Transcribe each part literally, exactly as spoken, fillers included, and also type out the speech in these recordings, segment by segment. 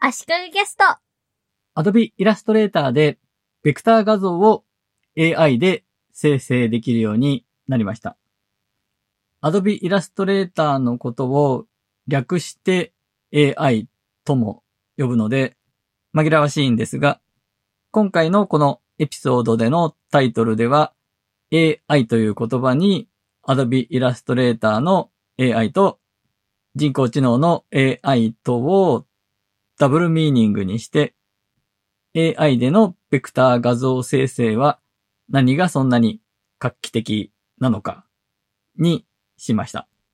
足利ゲスト。 Adobe Illustrator でベクター画像を エーアイ で生成できるようになりました。Adobe Illustrator のことを略して エーアイ とも呼ぶので紛らわしいんですが、今回のこのエピソードでのタイトルでは エーアイ という言葉に Adobe Illustrator の エーアイ と人工知能の エーアイ とをダブルミーニングにして エーアイ でのベクター画像生成は何がそんなに画期的なのかにしました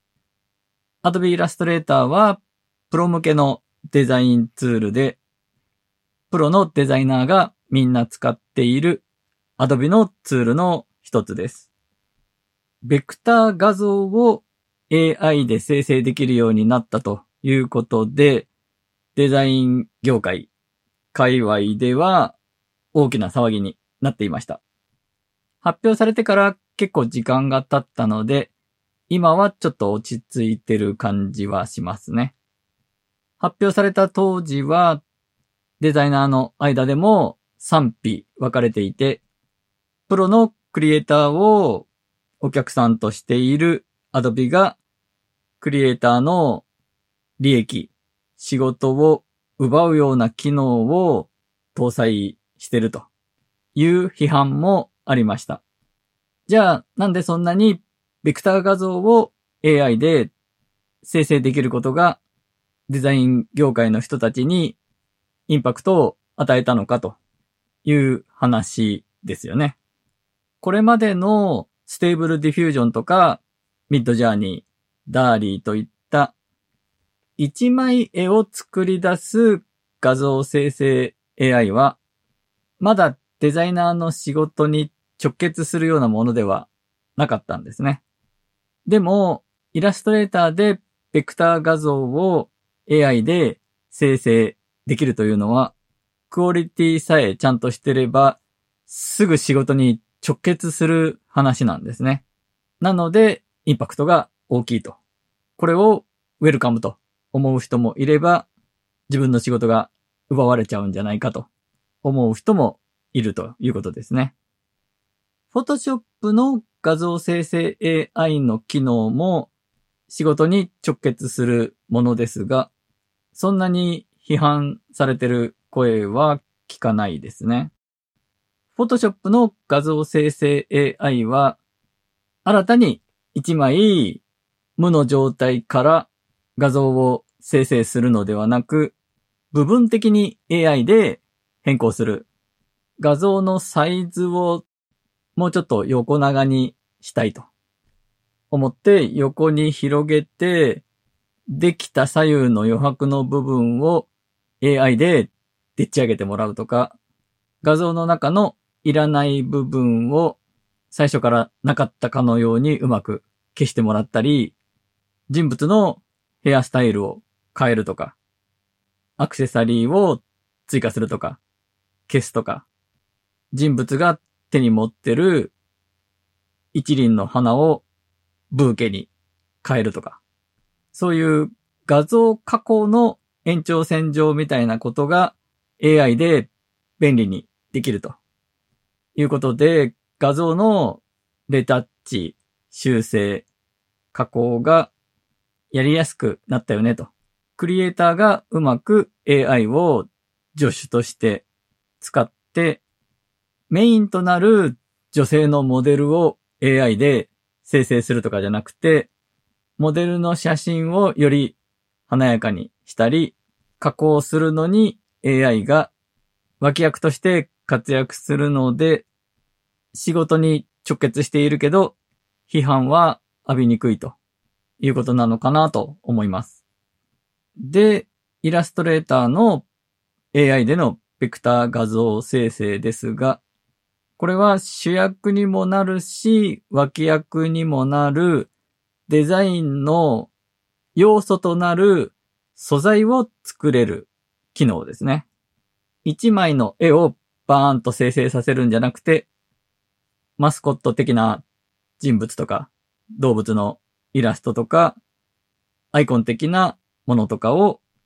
。Adobe Illustrator はプロ向けのデザインツールで、プロのデザイナーがみんな使っている Adobe のツールの一つです。ベクター画像を エーアイ で生成できるようになったということで、デザイン業界、界隈では大きな騒ぎになっていました。発表されてから結構時間が経ったので、今はちょっと落ち着いてる感じはしますね。発表された当時は、デザイナーの間でも賛否分かれていて、プロのクリエイターをお客さんとしている Adobe が、クリエイターの利益、仕事を奪うような機能を搭載してるという批判もありました。じゃあ、なんでそんなにベクター画像を エーアイ で生成できることがデザイン業界の人たちにインパクトを与えたのかという話ですよね。これまでのステーブルディフュージョンとかミッドジャーニー、ダーリーといった一枚絵を作り出す画像生成 エーアイ はまだデザイナーの仕事に直結するようなものではなかったんですね。でも、イラストレーターでベクター画像を エーアイ で生成できるというのは、クオリティさえちゃんとしてれば、すぐ仕事に直結する話なんですね。なので、インパクトが大きいと。これをウェルカムと思う人もいれば、自分の仕事が奪われちゃうんじゃないかと思う人もいるということですね。Photoshop の画像生成 エーアイ の機能も仕事に直結するものですが、そんなに批判されてる声は聞かないですね。Photoshop の画像生成 エーアイ は新たに一枚無の状態から画像を生成するのではなく、部分的に エーアイ で変更する。画像のサイズをもうちょっと横長にしたいと思って横に広げて、できた左右の余白の部分を エーアイ ででっち上げてもらうとか、画像の中のいらない部分を最初からなかったかのようにうまく消してもらったり、人物のヘアスタイルを変えるとか、アクセサリーを追加するとか、消すとか、人物が手に持ってる一輪の花をブーケに変えるとか、そういう画像加工の延長線上みたいなことが エーアイ で便利にできるということで、画像のレタッチ、修正、加工がやりやすくなったよねと。クリエイターがうまく エーアイ を助手として使ってメインとなる女性のモデルを エーアイ で生成するとかじゃなくて、モデルの写真をより華やかにしたり、加工するのに エーアイ が脇役として活躍するので、仕事に直結しているけど、批判は浴びにくいということなのかなと思います。で、イラストレーターの エーアイ でのベクター画像生成ですが、これは主役にもなるし、脇役にもなるデザインの要素となる素材を作れる機能ですね。一枚の絵をバーンと生成させるんじゃなくて、マスコット的な人物とか動物のイラストとかアイコン的なものとかを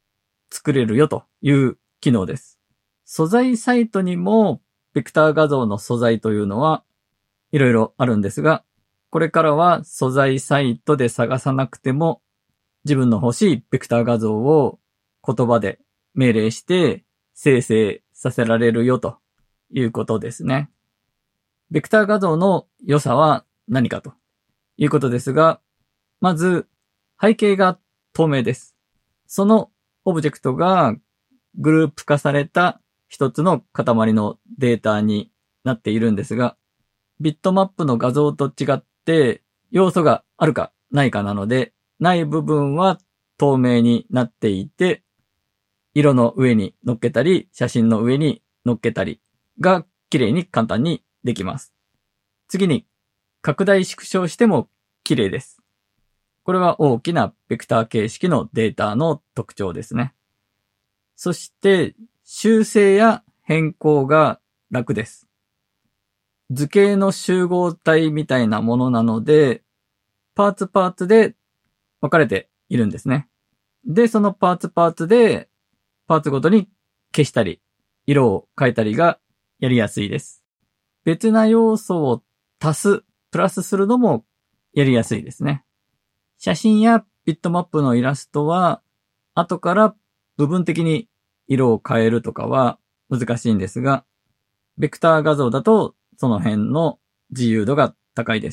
作れるよという機能です。素材サイトにもベクター画像の素材というのはいろいろあるんですが、これからは素材サイトで探さなくても自分の欲しいベクター画像を言葉で命令して生成させられるよということですね。ベクター画像の良さは何かということですが、まず背景が透明です。そのオブジェクトがグループ化された一つの塊のデータになっているんですが、ビットマップの画像と違って要素があるかないかなので、ない部分は透明になっていて、色の上に乗っけたり、写真の上に乗っけたりが綺麗に簡単にできます。次に、拡大縮小しても綺麗です。これは大きなベクター形式のデータの特徴ですね。そして、修正や変更が楽です。図形の集合体みたいなものなので、パーツパーツで分かれているんですね。で、そのパーツパーツで、パーツごとに消したり、色を変えたりがやりやすいです。別な要素を足す、プラスするのもやりやすいですね。写真やビットマップのイラストは、後から部分的に色を変えるとかは難しいんですが、ベクター画像だとその辺の自由度が高いです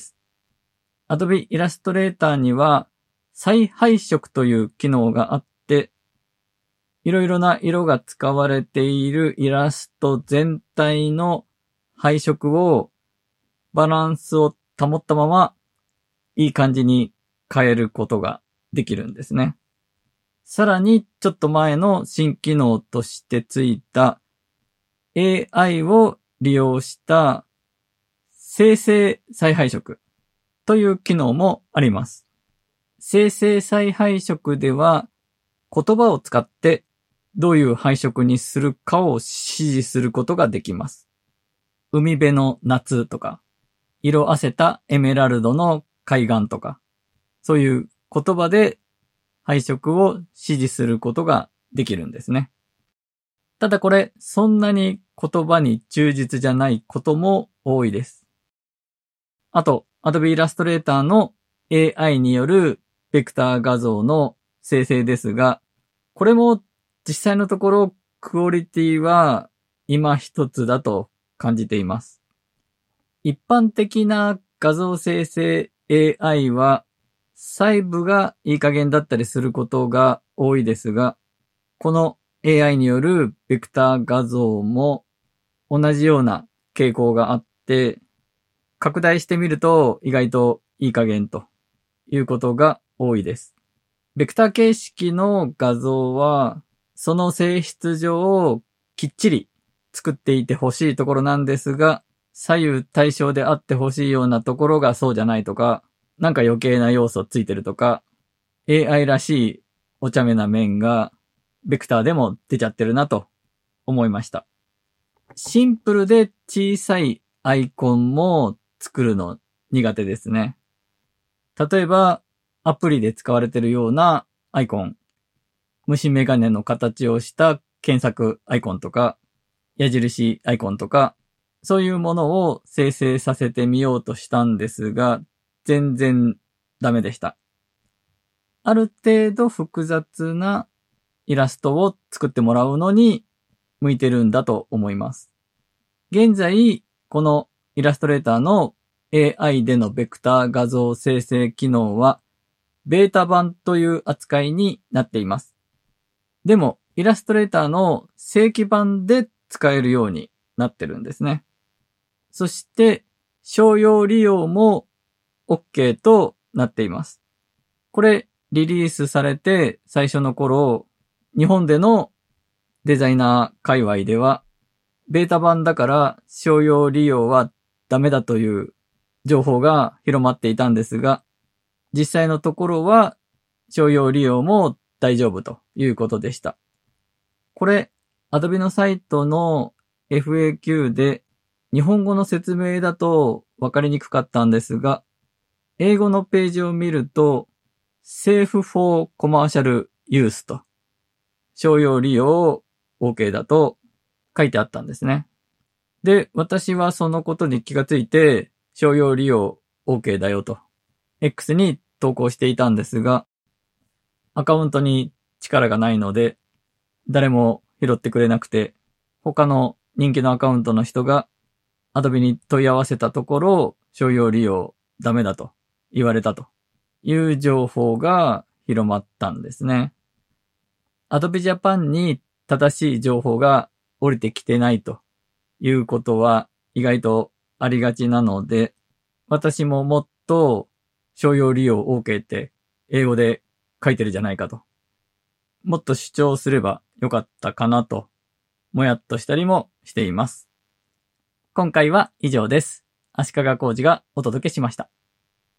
。Adobe Illustrator には再配色という機能があって、いろいろな色が使われているイラスト全体の配色をバランスを保ったままいい感じに変えることができるんですね。さらにちょっと前の新機能としてついた エーアイ を利用した生成再配色という機能もあります。生成再配色では言葉を使ってどういう配色にするかを指示することができます。海辺の夏とか、色あせたエメラルドの海岸とか、そういう言葉で配色を指示することができるんですね。ただこれ、そんなに言葉に忠実じゃないことも多いです。あと、Adobe Illustrator の エーアイ によるベクター画像の生成ですが、これも実際のところクオリティは今一つだと感じています。一般的な画像生成 エーアイ は細部がいい加減だったりすることが多いですが、この エーアイ によるベクター画像も同じような傾向があって、拡大してみると意外といい加減ということが多いです。ベクター形式の画像はその性質上きっちり作っていてほしいところなんですが、左右対称であってほしいようなところがそうじゃないとか、なんか余計な要素ついてるとか、エーアイ らしいお茶目な面がベクターでも出ちゃってるなと思いました。シンプルで小さいアイコンも作るの苦手ですね。例えばアプリで使われているようなアイコン、虫眼鏡の形をした検索アイコンとか、矢印アイコンとか、そういうものを生成させてみようとしたんですが、全然ダメでした。ある程度複雑なイラストを作ってもらうのに向いてるんだと思います。現在、このイラストレーターの エーアイ でのベクター画像生成機能は、ベータ版という扱いになっています。でも、イラストレーターの正規版で使えるようになってるんですね。そして、商用利用も OK となっています。これ、リリースされて最初の頃、日本でのデザイナー界隈では、ベータ版だから商用利用はダメだという情報が広まっていたんですが、実際のところは商用利用も大丈夫ということでした。これ、Adobe のサイトの エフエーキュー で日本語の説明だと分かりにくかったんですが、英語のページを見ると、Safe for Commercial Use と商用利用 OK だと書いてあったんですね。で、私はそのことに気がついて、商用利用 OK だよと、X に投稿していたんですが、アカウントに力がないので、誰も拾ってくれなくて、他の人気のアカウントの人が Adobe に問い合わせたところ、商用利用ダメだと言われたという情報が広まったんですね。Adobe Japan に正しい情報が降りてきてないということは意外とありがちなので、私ももっと商用利用 OK って英語で書いてるじゃないかと。もっと主張すればよかったかなと、もやっとしたりもしています。今回は以上です。足利浩二がお届けしました。